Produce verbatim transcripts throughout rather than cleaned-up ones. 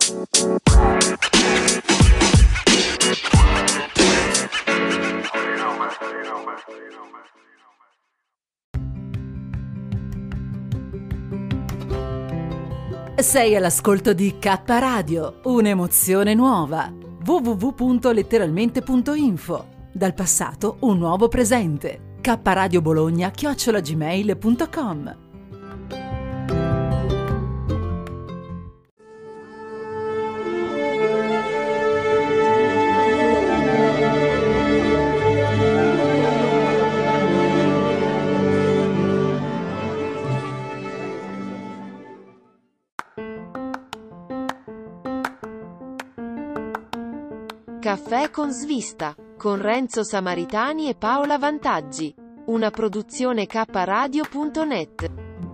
Sei all'ascolto di K Radio, un'emozione nuova. w w w punto letteralmente punto info. Dal passato un nuovo presente. K Radio Bologna chiocciola gmail punto com. Caffè con svista, con Renzo Samaritani e Paola Vantaggi. Una produzione k radio punto net.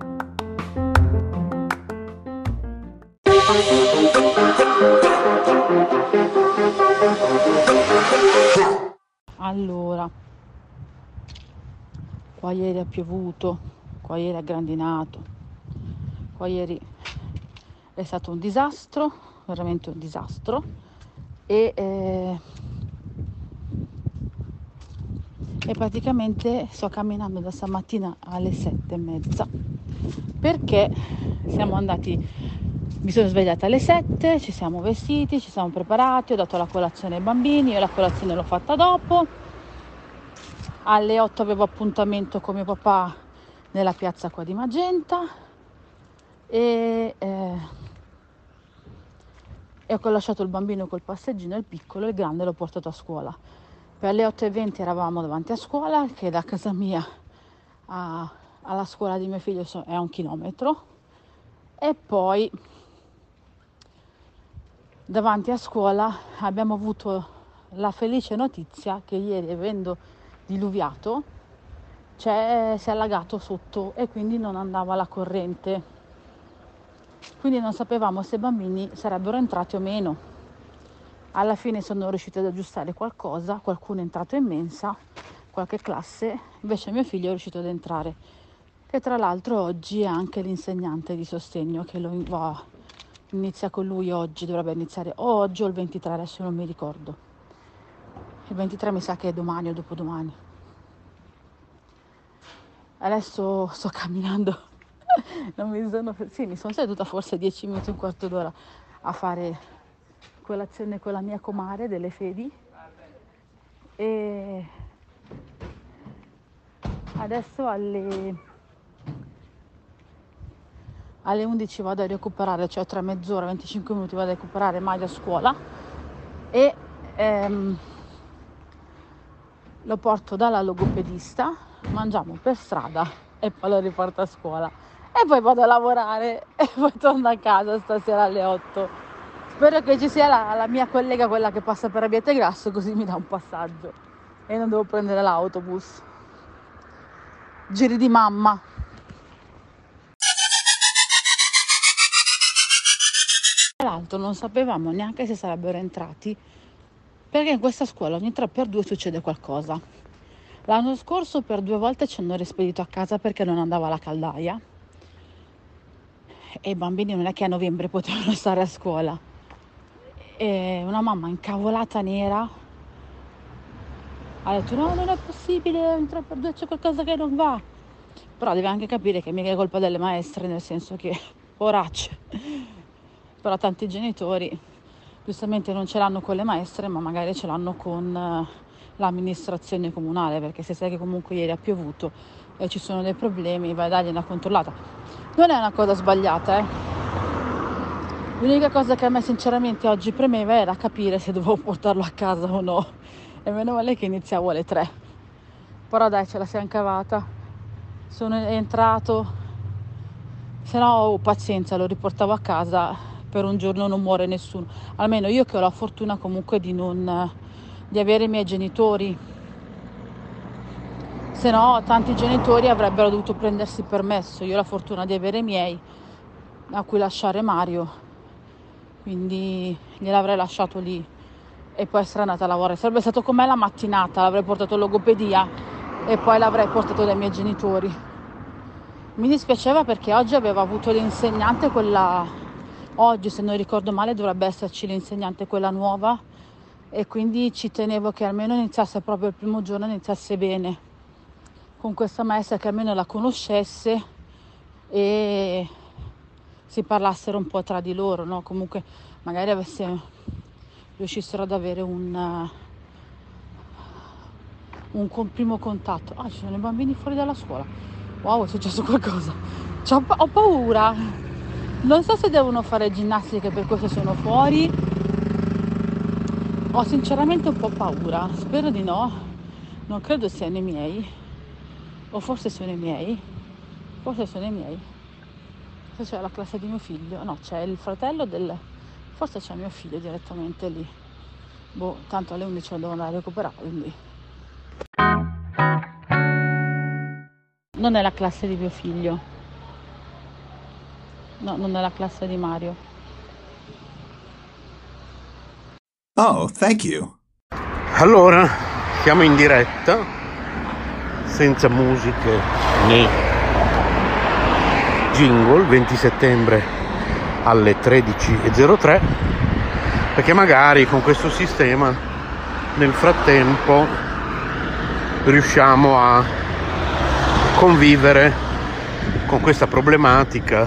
Allora, qua ieri ha piovuto, qua ieri ha grandinato, qua ieri è stato un disastro, veramente un disastro. E, eh, e praticamente sto camminando da stamattina alle sette e mezza perché siamo andati, mi sono svegliata alle sette, ci siamo vestiti, ci siamo preparati, ho dato la colazione ai bambini, io la colazione l'ho fatta dopo, alle otto avevo appuntamento con mio papà nella piazza qua di Magenta e eh, e ho lasciato il bambino col passeggino, il piccolo, il grande l'ho portato a scuola. Per alle otto e venti eravamo davanti a scuola, che da casa mia a, alla scuola di mio figlio è un chilometro, e poi davanti a scuola abbiamo avuto la felice notizia che ieri, avendo diluviato, c'è, si è allagato sotto e quindi non andava la corrente. Quindi non sapevamo se i bambini sarebbero entrati o meno. Alla fine sono riuscita ad aggiustare qualcosa, qualcuno è entrato in mensa, qualche classe, invece mio figlio è riuscito ad entrare, che tra l'altro oggi è anche l'insegnante di sostegno, che lo va, inizia con lui oggi, dovrebbe iniziare o oggi o il ventitré, adesso non mi ricordo. Il ventitré mi sa che è domani o dopodomani. Adesso sto camminando. Non mi sono, sì, mi sono seduta forse dieci minuti, un quarto d'ora a fare colazione con la mia comare delle Fedi e adesso alle, alle undici vado a recuperare, cioè tra mezz'ora, venticinque minuti vado a recuperare Mario a scuola e ehm, lo porto dalla logopedista, mangiamo per strada e poi lo riporto a scuola. E poi vado a lavorare e poi torno a casa stasera alle otto. Spero che ci sia la, la mia collega, quella che passa per Abbiategrasso, così mi dà un passaggio e non devo prendere l'autobus. Giri di mamma. Tra l'altro non sapevamo neanche se sarebbero entrati, perché in questa scuola ogni tre per due succede qualcosa. L'anno scorso per due volte ci hanno rispedito a casa perché non andava la caldaia. E i bambini non è che a novembre potevano stare a scuola. E una mamma incavolata nera ha detto no, non è possibile, in tre per due c'è qualcosa che non va. Però deve anche capire che mica è colpa delle maestre, nel senso che poracce. Però tanti genitori giustamente non ce l'hanno con le maestre, ma magari ce l'hanno con l'amministrazione comunale, perché se sai che comunque ieri ha piovuto e ci sono dei problemi, vai a dargli una controllata. Non è una cosa sbagliata, eh. L'unica cosa che a me sinceramente oggi premeva era capire se dovevo portarlo a casa o no. E meno male che iniziavo alle tre. Però dai, ce la siamo cavata. Sono entrato. Se no, oh, pazienza, lo riportavo a casa. Per un giorno non muore nessuno. Almeno io che ho la fortuna comunque di non di avere i miei genitori. Se no, tanti genitori avrebbero dovuto prendersi permesso. Io ho la fortuna di avere i miei a cui lasciare Mario, quindi gliel'avrei lasciato lì e poi essere andata a lavorare. Sarebbe stato con me la mattinata, l'avrei portato logopedia e poi l'avrei portato dai miei genitori. Mi dispiaceva perché oggi aveva avuto l'insegnante, quella Oggi, se non ricordo male, dovrebbe esserci l'insegnante, quella nuova, e quindi ci tenevo che almeno iniziasse proprio il primo giorno, iniziasse bene con questa maestra, che almeno la conoscesse e si parlassero un po' tra di loro, no? Comunque magari avesse, riuscissero ad avere un, un con- primo contatto. Ah, ci sono i bambini fuori dalla scuola. Wow, è successo qualcosa. C'ho pa- ho paura. Non so se devono fare ginnastica, per questo sono fuori. Ho sinceramente un po' paura. Spero di no. Non credo siano i miei. O forse sono i miei. Forse sono i miei. Forse c'è la classe di mio figlio. No, c'è il fratello del... Forse c'è mio figlio direttamente lì. Boh, tanto alle undici lo devo andare a recuperare, quindi... Non è la classe di mio figlio. No, non è la classe di Mario. Oh, thank you. Allora, siamo in diretta, senza musiche né jingle, venti settembre alle tredici e zero tre, perché magari con questo sistema nel frattempo riusciamo a convivere con questa problematica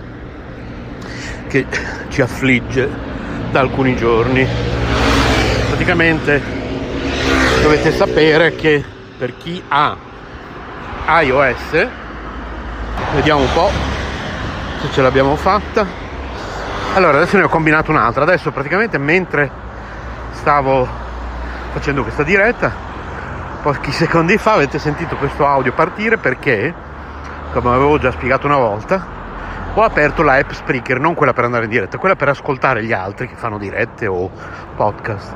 che ci affligge da alcuni giorni. Praticamente dovete sapere che per chi ha iOS, vediamo un po' se ce l'abbiamo fatta. Allora, adesso ne ho combinato un'altra. Adesso praticamente mentre stavo facendo questa diretta, pochi secondi fa avete sentito questo audio partire perché, come avevo già spiegato una volta, ho aperto la app Spreaker, non quella per andare in diretta, quella per ascoltare gli altri che fanno dirette o podcast,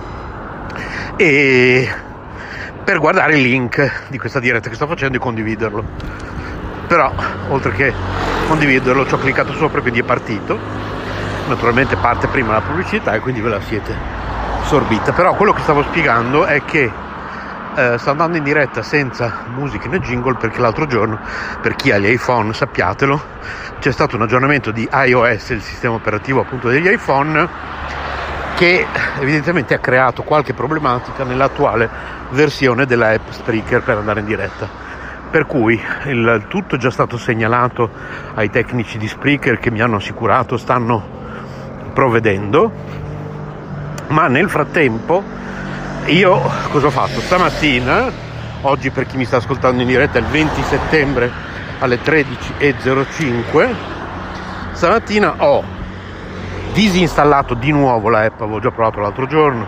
e per guardare il link di questa diretta che sto facendo e condividerlo. Però oltre che condividerlo ci ho cliccato sopra, quindi è partito. Naturalmente parte prima la pubblicità e quindi ve la siete sorbita. Però quello che stavo spiegando è che eh, sto andando in diretta senza musica né jingle perché l'altro giorno, per chi ha gli iPhone sappiatelo, c'è stato un aggiornamento di iOS, il sistema operativo appunto degli iPhone, che evidentemente ha creato qualche problematica nell'attuale versione della app Spreaker per andare in diretta, per cui il tutto è già stato segnalato ai tecnici di Spreaker che mi hanno assicurato stanno provvedendo. Ma nel frattempo io cosa ho fatto? Stamattina, oggi per chi mi sta ascoltando in diretta è il venti settembre alle tredici e zero cinque, stamattina ho disinstallato di nuovo la app, avevo già provato l'altro giorno,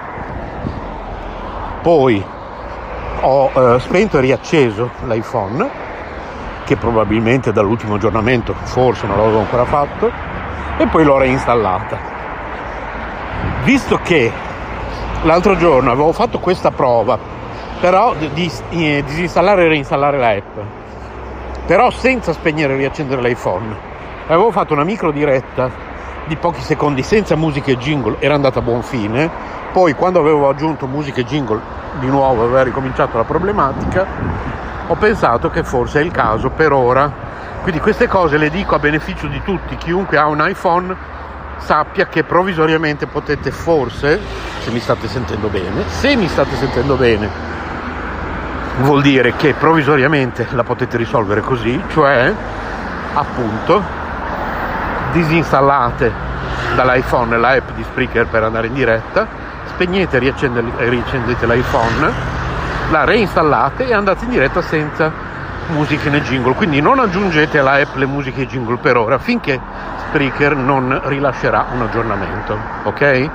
poi ho eh, spento e riacceso l'iPhone, che probabilmente dall'ultimo aggiornamento forse non l'avevo ancora fatto, e poi l'ho reinstallata. Visto che l'altro giorno avevo fatto questa prova, però di, di, di disinstallare e reinstallare la app, però senza spegnere e riaccendere l'iPhone, avevo fatto una micro diretta di pochi secondi senza musica e jingle, era andata a buon fine. Poi quando avevo aggiunto musica e jingle di nuovo aveva ricominciato la problematica. Ho pensato che forse è il caso per ora, quindi queste cose le dico a beneficio di tutti. Chiunque ha un iPhone sappia che provvisoriamente potete forse, se mi state sentendo bene, se mi state sentendo bene vuol dire che provvisoriamente la potete risolvere così, cioè appunto disinstallate dall'iPhone la app di Spreaker per andare in diretta, spegnete e riaccendete l'iPhone, la reinstallate e andate in diretta senza musiche né jingle. Quindi non aggiungete alla app le musiche e jingle per ora, finché Spreaker non rilascerà un aggiornamento, ok?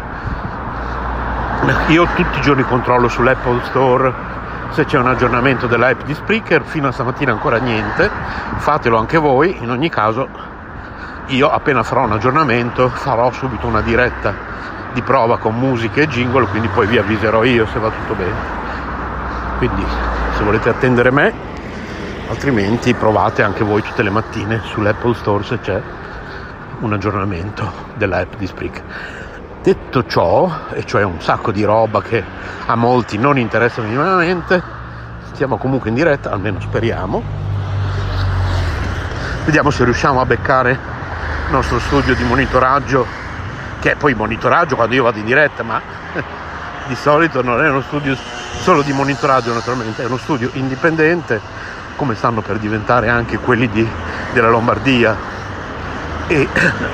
Io tutti i giorni controllo sull'Apple Store se c'è un aggiornamento dell'app di Spreaker, fino a stamattina ancora niente, fatelo anche voi. In ogni caso io appena farò un aggiornamento farò subito una diretta di prova con musica e jingle, quindi poi vi avviserò io se va tutto bene. Quindi se volete attendere me, altrimenti provate anche voi tutte le mattine sull'Apple Store se c'è un aggiornamento dell'app di Spreaker. Detto ciò, e cioè un sacco di roba che a molti non interessa minimamente, stiamo comunque in diretta, almeno speriamo. Vediamo se riusciamo a beccare nostro studio di monitoraggio, che è poi monitoraggio quando io vado in diretta, ma di solito non è uno studio solo di monitoraggio, naturalmente è uno studio indipendente, come stanno per diventare anche quelli di, della Lombardia e,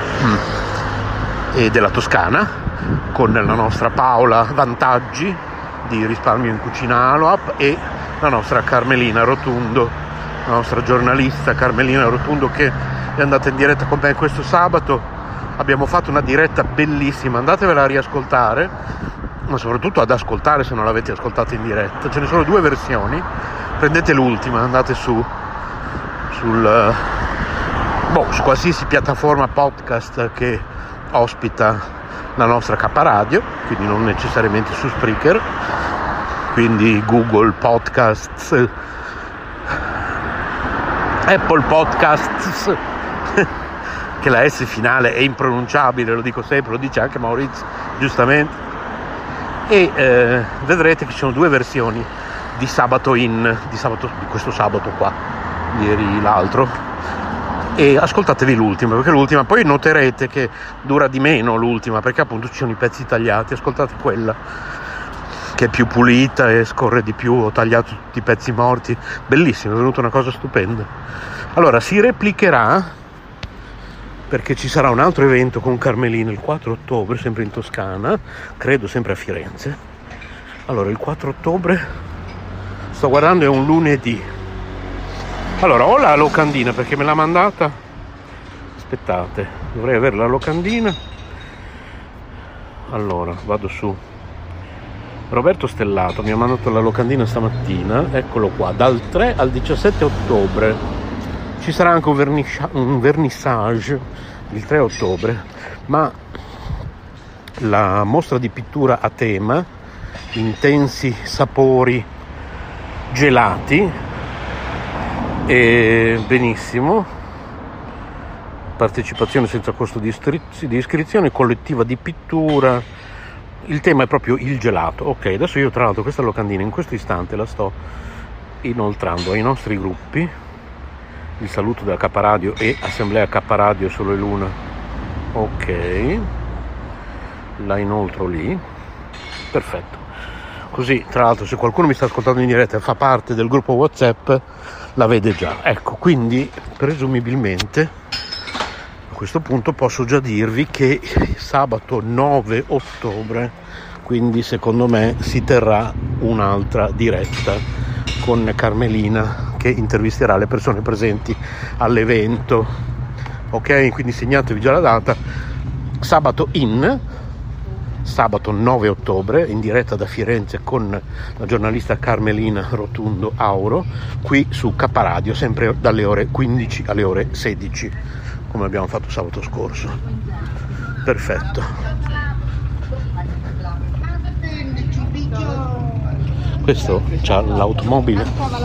e della Toscana, con la nostra Paola Vantaggi di Risparmio in Cucina Aloap e la nostra Carmelina Rotundo, la nostra giornalista Carmelina Rotundo, che è andata in diretta con me questo sabato. Abbiamo fatto una diretta bellissima, andatevela a riascoltare, ma soprattutto ad ascoltare se non l'avete ascoltata in diretta. Ce ne sono due versioni, prendete l'ultima, andate su sul boh, su qualsiasi piattaforma podcast che ospita la nostra K Radio, quindi non necessariamente su Spreaker, quindi Google Podcasts, Apple Podcasts, che la S finale è impronunciabile, lo dico sempre, lo dice anche Maurizio giustamente, e eh, vedrete che ci sono due versioni di sabato in di sabato di questo sabato qua, ieri l'altro, e ascoltatevi l'ultima, perché l'ultima poi noterete che dura di meno l'ultima, perché appunto ci sono i pezzi tagliati. Ascoltate quella che è più pulita e scorre di più, ho tagliato tutti i pezzi morti, bellissimo, è venuta una cosa stupenda. Allora si replicherà, perché ci sarà un altro evento con Carmelina il quattro ottobre, sempre in Toscana, credo sempre a Firenze. Allora il quattro ottobre, sto guardando, è un lunedì. Allora ho la locandina perché me l'ha mandata, aspettate, dovrei avere la locandina. Allora vado su Roberto Stellato, mi ha mandato la locandina stamattina, eccolo qua, dal tre al diciassette ottobre. Ci sarà anche un, vernisci- un vernissage il tre ottobre, ma la mostra di pittura a tema, intensi sapori gelati, e benissimo, partecipazione senza costo di, istri- di iscrizione, collettiva di pittura. Il tema è proprio il gelato. Ok, adesso io tra l'altro questa locandina in questo istante la sto inoltrando ai nostri gruppi, il saluto della K Radio e Assemblea K Radio Sole Luna. Ok, la inoltro lì, perfetto. Così tra l'altro se qualcuno mi sta ascoltando in diretta e fa parte del gruppo WhatsApp la vede già. Ecco, quindi presumibilmente a questo punto posso già dirvi che sabato nove ottobre, quindi secondo me si terrà un'altra diretta con Carmelina che intervisterà le persone presenti all'evento. Ok, quindi segnatevi già la data, sabato in sabato nove ottobre in diretta da Firenze con la giornalista Carmelina Rotundo Auro, qui su K Radio, sempre dalle ore quindici alle ore sedici, come abbiamo fatto sabato scorso. Perfetto. Questo c'ha l'automobile.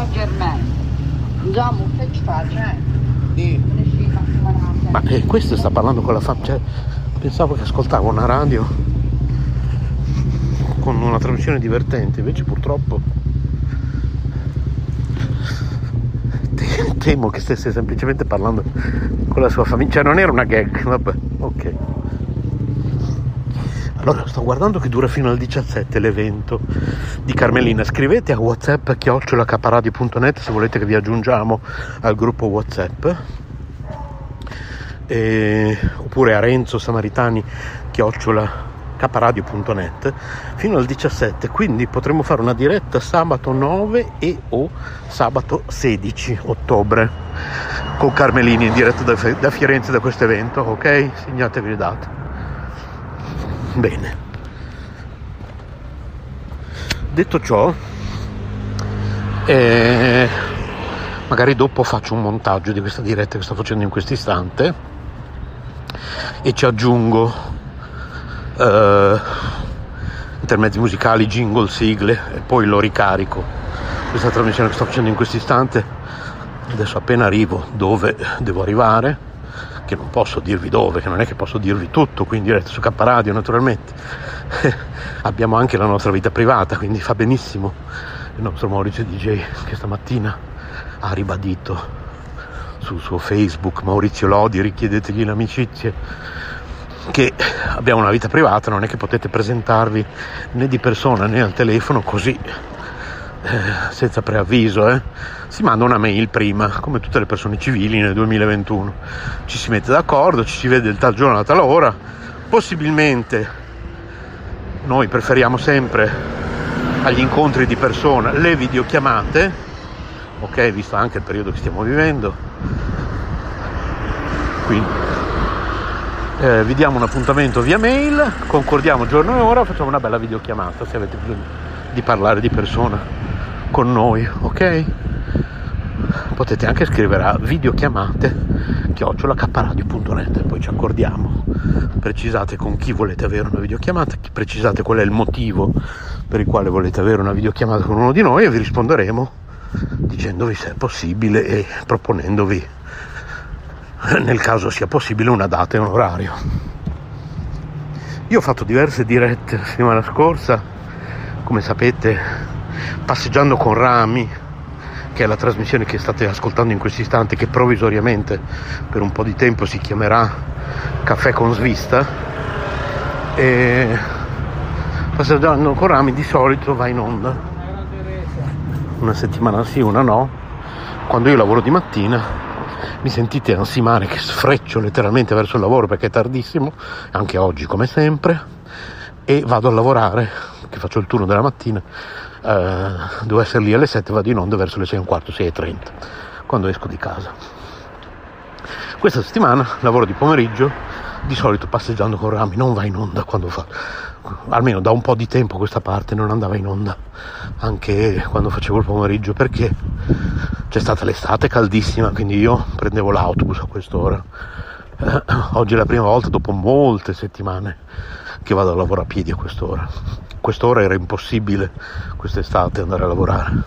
Ma eh, questo sta parlando con la fam, cioè, pensavo che ascoltavo una radio con una trasmissione divertente, invece purtroppo temo che stesse semplicemente parlando con la sua famiglia, cioè non era una gag, vabbè, ok. Allora sto guardando che dura fino al diciassette l'evento di Carmelina. Scrivete a WhatsApp chiocciola kaparadio punto net se volete che vi aggiungiamo al gruppo WhatsApp, e, oppure a Renzo Samaritani chiocciola kaparadio punto net fino al diciassette, quindi potremo fare una diretta sabato nove e o sabato sedici ottobre con Carmelini in diretta da, da Firenze da questo evento. Ok, segnatevi le date. Bene, detto ciò, eh, magari dopo faccio un montaggio di questa diretta che sto facendo in questo istante e ci aggiungo Uh, intermezzi musicali, jingle, sigle, e poi lo ricarico questa trasmissione che sto facendo in questo istante. Adesso appena arrivo dove devo arrivare, che non posso dirvi dove, che non è che posso dirvi tutto qui in diretta su K Radio naturalmente, abbiamo anche la nostra vita privata, quindi fa benissimo il nostro Maurizio D J che stamattina ha ribadito sul suo Facebook, Maurizio Lodi, richiedetegli l'amicizia, che abbiamo una vita privata, non è che potete presentarvi né di persona né al telefono così, eh, senza preavviso, eh. Si manda una mail prima, come tutte le persone civili nel duemilaventuno, ci si mette d'accordo, ci si vede il tal giorno, a tal ora, possibilmente noi preferiamo sempre agli incontri di persona le videochiamate, ok, visto anche il periodo che stiamo vivendo, quindi eh, vi diamo un appuntamento via mail, concordiamo giorno e ora, facciamo una bella videochiamata se avete bisogno di parlare di persona con noi, ok? Potete anche scrivere a videochiamate chiocciola capparadio punto net e poi ci accordiamo, precisate con chi volete avere una videochiamata, precisate qual è il motivo per il quale volete avere una videochiamata con uno di noi e vi risponderemo dicendovi se è possibile e proponendovi, nel caso sia possibile, una data e un orario. Io ho fatto diverse dirette la settimana scorsa, come sapete, Passeggiando con Rami, che è la trasmissione che state ascoltando in questo istante, che provvisoriamente per un po' di tempo si chiamerà Caffè con Svista, e Passeggiando con Rami di solito va in onda una settimana sì, una no. Quando io lavoro di mattina mi sentite ansimare che sfreccio letteralmente verso il lavoro perché è tardissimo, anche oggi come sempre, e vado a lavorare, che faccio il turno della mattina, eh, devo essere lì alle sette, vado in onda verso le sei e un quarto, sei e trenta, quando esco di casa. Questa settimana lavoro di pomeriggio, di solito Passeggiando con Rami non va in onda quando fa, almeno da un po' di tempo questa parte non andava in onda anche quando facevo il pomeriggio, perché c'è stata l'estate caldissima, quindi io prendevo l'autobus a quest'ora. Eh, oggi è la prima volta dopo molte settimane che vado a lavorare a piedi a quest'ora. Quest'ora era impossibile quest'estate andare a lavorare.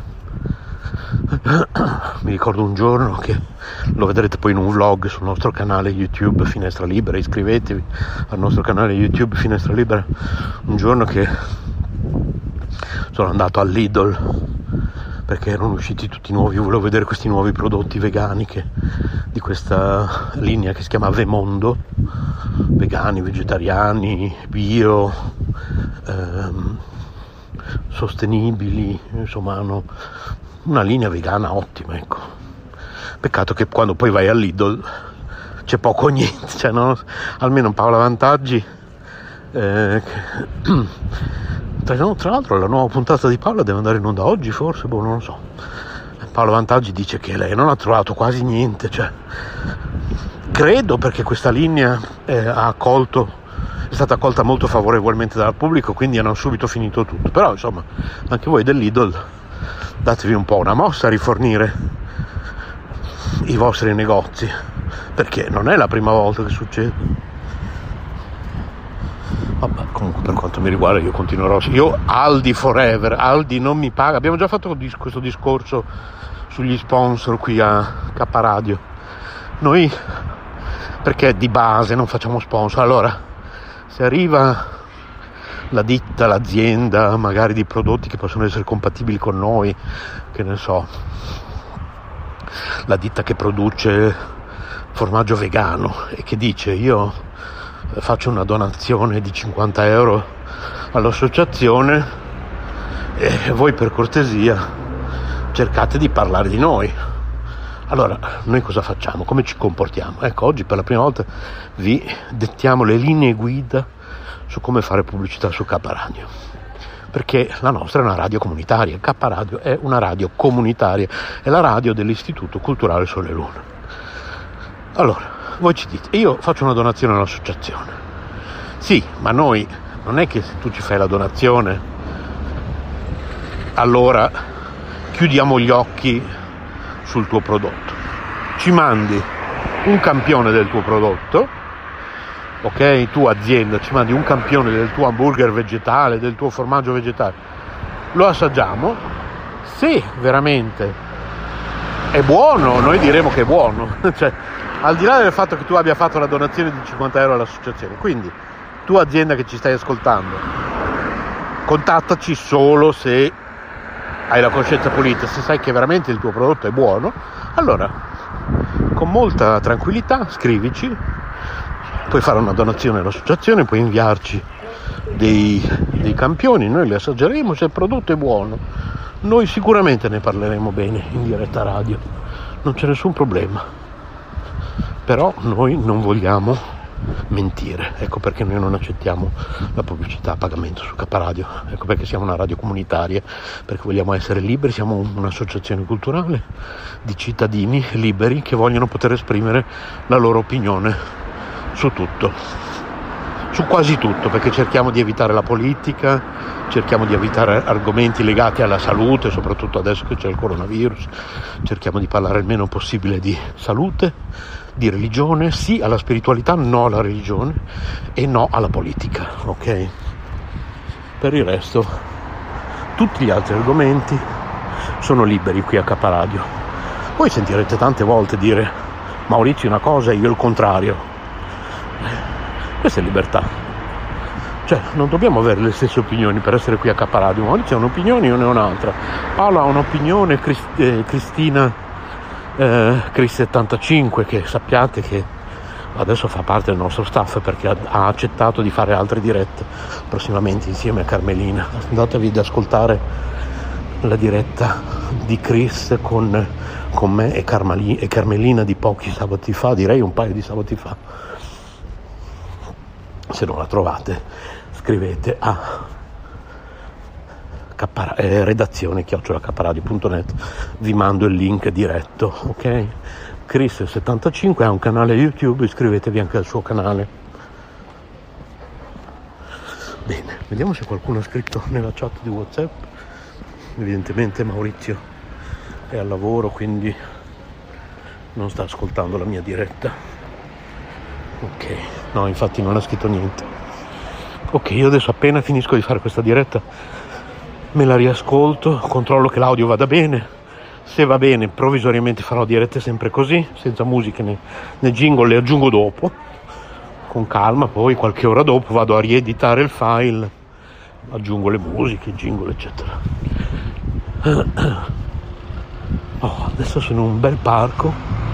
Mi ricordo un giorno, che lo vedrete poi in un vlog sul nostro canale YouTube Finestra Libera, iscrivetevi al nostro canale YouTube Finestra Libera, un giorno che sono andato al Lidl perché erano usciti tutti nuovi, io volevo vedere questi nuovi prodotti vegani che, di questa linea che si chiama Vemondo, vegani, vegetariani, bio, ehm, sostenibili, insomma hanno una linea vegana ottima, ecco. Peccato che quando poi vai al Lidl c'è poco o niente, cioè, no? Almeno Paola Vantaggi, eh, tra, tra l'altro la nuova puntata di Paola deve andare in onda oggi forse, boh, non lo so. Paola Vantaggi dice che lei non ha trovato quasi niente, cioè credo perché questa linea eh, ha accolto, è stata accolta molto favorevolmente dal pubblico, quindi hanno subito finito tutto. Però insomma anche voi del Lidl datevi un po' una mossa a rifornire i vostri negozi, perché non è la prima volta che succede. Vabbè, comunque per quanto mi riguarda io continuerò, io Aldi forever, Aldi non mi paga, abbiamo già fatto questo discorso sugli sponsor qui a K Radio, noi perché di base non facciamo sponsor. Allora, se arriva la ditta, l'azienda magari di prodotti che possono essere compatibili con noi, che ne so, la ditta che produce formaggio vegano e che dice io faccio una donazione di cinquanta euro all'associazione e voi per cortesia cercate di parlare di noi. Allora, noi cosa facciamo? Come ci comportiamo? Ecco, oggi per la prima volta vi dettiamo le linee guida su come fare pubblicità su K Radio, perché la nostra è una radio comunitaria. K Radio è una radio comunitaria, è la radio dell'Istituto Culturale Sole e Luna. Allora, voi ci dite, io faccio una donazione all'associazione. Sì, ma noi non è che se tu ci fai la donazione allora chiudiamo gli occhi sul tuo prodotto. Ci mandi un campione del tuo prodotto, ok? Tu azienda ci mandi un campione del tuo hamburger vegetale, del tuo formaggio vegetale, lo assaggiamo, se veramente è buono noi diremo che è buono, cioè al di là del fatto che tu abbia fatto la donazione di cinquanta euro all'associazione. Quindi tu azienda che ci stai ascoltando, contattaci solo se hai la coscienza pulita, se sai che veramente il tuo prodotto è buono, allora con molta tranquillità scrivici, puoi fare una donazione all'associazione, puoi inviarci dei, dei campioni, noi li assaggeremo, se il prodotto è buono noi sicuramente ne parleremo bene in diretta radio, non c'è nessun problema, però noi non vogliamo mentire, ecco perché noi non accettiamo la pubblicità a pagamento su K Radio, ecco perché siamo una radio comunitaria, perché vogliamo essere liberi, siamo un'associazione culturale di cittadini liberi che vogliono poter esprimere la loro opinione su tutto, su quasi tutto, perché cerchiamo di evitare la politica, cerchiamo di evitare argomenti legati alla salute, soprattutto adesso che c'è il coronavirus, cerchiamo di parlare il meno possibile di salute, di religione, sì alla spiritualità, no alla religione e no alla politica, ok? Per il resto tutti gli altri argomenti sono liberi qui a K Radio. Poi sentirete tante volte dire Maurizio una cosa e io il contrario. Questa è libertà, cioè non dobbiamo avere le stesse opinioni per essere qui a K Radio. Maurizio ha un'opinione, io ne ho un'altra, Paolo ha un'opinione, Crist- eh, Cristina Eh, Chris settantacinque, che sappiate che adesso fa parte del nostro staff perché ha, ha accettato di fare altre dirette prossimamente insieme a Carmelina. Andatevi ad ascoltare la diretta di Chris con, con me e, Carmali, e Carmelina di pochi sabati fa, direi un paio di sabati fa. Se non la trovate scrivete a K, eh, redazione chiocciola K radio punto net, vi mando il link diretto, ok? Chris settantacinque ha un canale YouTube, iscrivetevi anche al suo canale. Bene, vediamo se qualcuno ha scritto nella chat di WhatsApp. Evidentemente Maurizio è al lavoro, quindi non sta ascoltando la mia diretta. Ok, no, infatti non ha scritto niente. Ok, io adesso appena finisco di fare questa diretta me la riascolto, controllo che l'audio vada bene, se va bene provvisoriamente farò dirette sempre così, senza musiche né, né jingle, le aggiungo dopo, con calma, poi qualche ora dopo vado a rieditare il file, aggiungo le musiche, jingle eccetera. Oh, adesso sono in un bel parco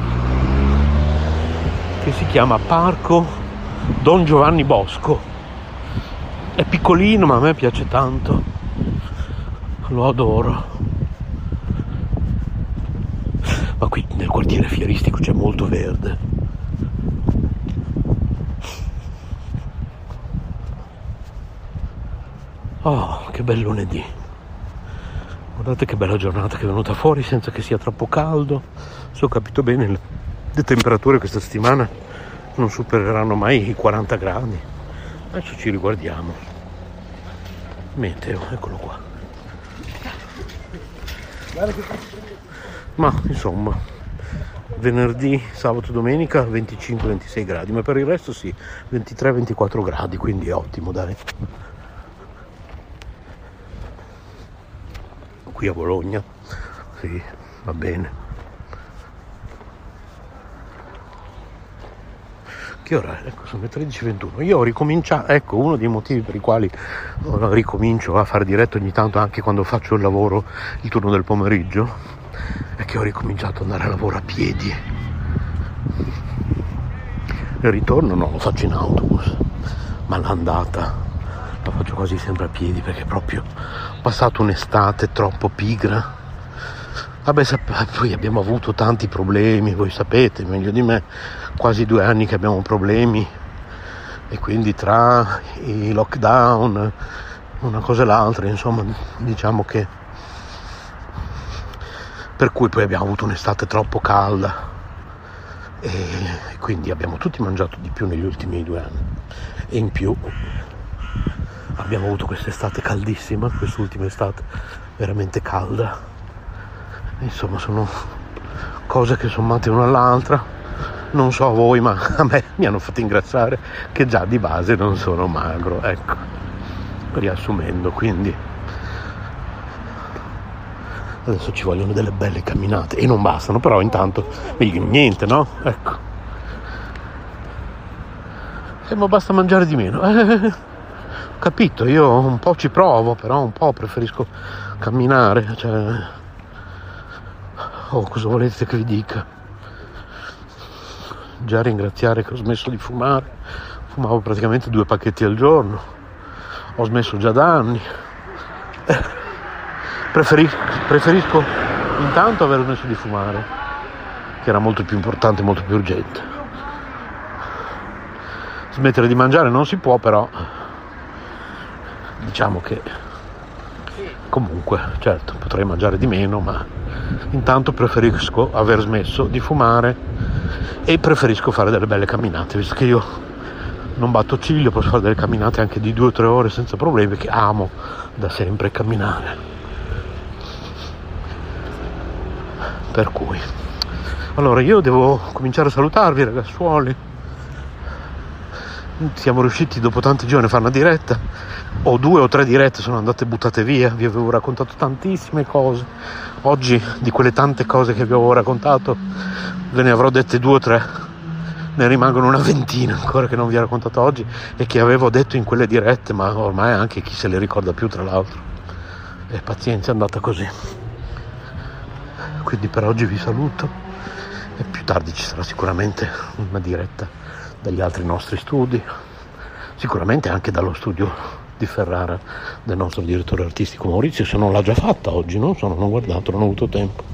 che si chiama Parco Don Giovanni Bosco, è piccolino ma a me piace tanto, lo adoro. Ma qui nel quartiere fieristico c'è molto verde. Oh, che bel lunedì. Guardate che bella giornata che è venuta fuori senza che sia troppo caldo. Se ho capito bene, le temperature questa settimana non supereranno mai i quaranta gradi. Adesso ci riguardiamo. Meteo, eccolo qua. Ma insomma, venerdì, sabato, domenica venticinque ventisei gradi, ma per il resto sì, ventitré ventiquattro gradi, quindi è ottimo, dai. Qui a Bologna, sì, va bene. Che ora è? Ecco, sono le tredici e ventuno. Io ho ricominciato, ecco, uno dei motivi per i quali ricomincio a fare diretta ogni tanto anche quando faccio il lavoro, il turno del pomeriggio, è che ho ricominciato ad andare a lavoro a piedi. Il ritorno no, lo faccio in autobus, ma l'andata la faccio quasi sempre a piedi perché proprio ho passato un'estate troppo pigra. Vabbè, poi abbiamo avuto tanti problemi, voi sapete meglio di me, quasi due anni che abbiamo problemi, e quindi tra i lockdown, una cosa e l'altra, insomma, diciamo che per cui poi abbiamo avuto un'estate troppo calda e quindi abbiamo tutti mangiato di più negli ultimi due anni, e in più abbiamo avuto quest'estate caldissima, quest'ultima estate veramente calda. Insomma, sono cose che sommate una all'altra, non so a voi, ma a me mi hanno fatto ingrassare, che già di base non sono magro, ecco, riassumendo. Quindi adesso ci vogliono delle belle camminate, e non bastano, però intanto niente, no? Ecco, e ma basta mangiare di meno, eh, capito, io un po' ci provo, però un po' preferisco camminare, cioè... Oh, cosa volete che vi dica? già ringraziare che ho smesso di fumare. Fumavo praticamente due pacchetti al giorno, ho smesso già da anni. Eh, preferisco, preferisco intanto aver smesso di fumare, che era molto più importante, molto più urgente. Smettere di mangiare non si può, però diciamo che comunque, certo, potrei mangiare di meno, ma intanto preferisco aver smesso di fumare e preferisco fare delle belle camminate, visto che io non batto ciglio, posso fare delle camminate anche di due o tre ore senza problemi, che amo da sempre camminare. Per cui, allora io devo cominciare a salutarvi, ragazzuoli. Siamo riusciti dopo tanti giorni a fare una diretta, o due o tre dirette sono andate buttate via. Vi avevo raccontato tantissime cose oggi, di quelle tante cose che vi avevo raccontato ve ne avrò dette due o tre, ne rimangono una ventina ancora che non vi ho raccontato oggi e che avevo detto in quelle dirette, ma ormai anche chi se le ricorda più, tra l'altro. E pazienza, è andata così. Quindi per oggi vi saluto e più tardi ci sarà sicuramente una diretta dagli altri nostri studi, sicuramente anche dallo studio di Ferrara del nostro direttore artistico Maurizio, se non l'ha già fatta oggi, non so, non ho guardato, non ho avuto tempo.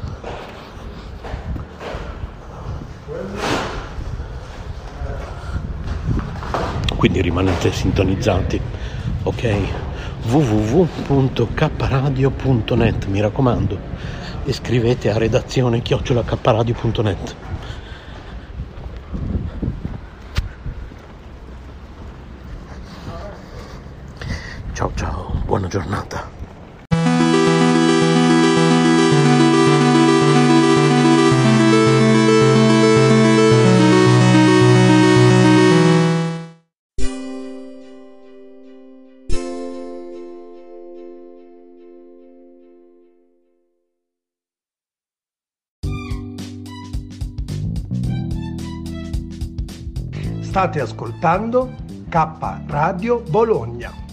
Quindi rimanete sintonizzati, ok? w w w punto k radio punto net, mi raccomando, e scrivete a redazione chiocciola k radio punto net. Ciao ciao, buona giornata. State ascoltando K Radio Bologna.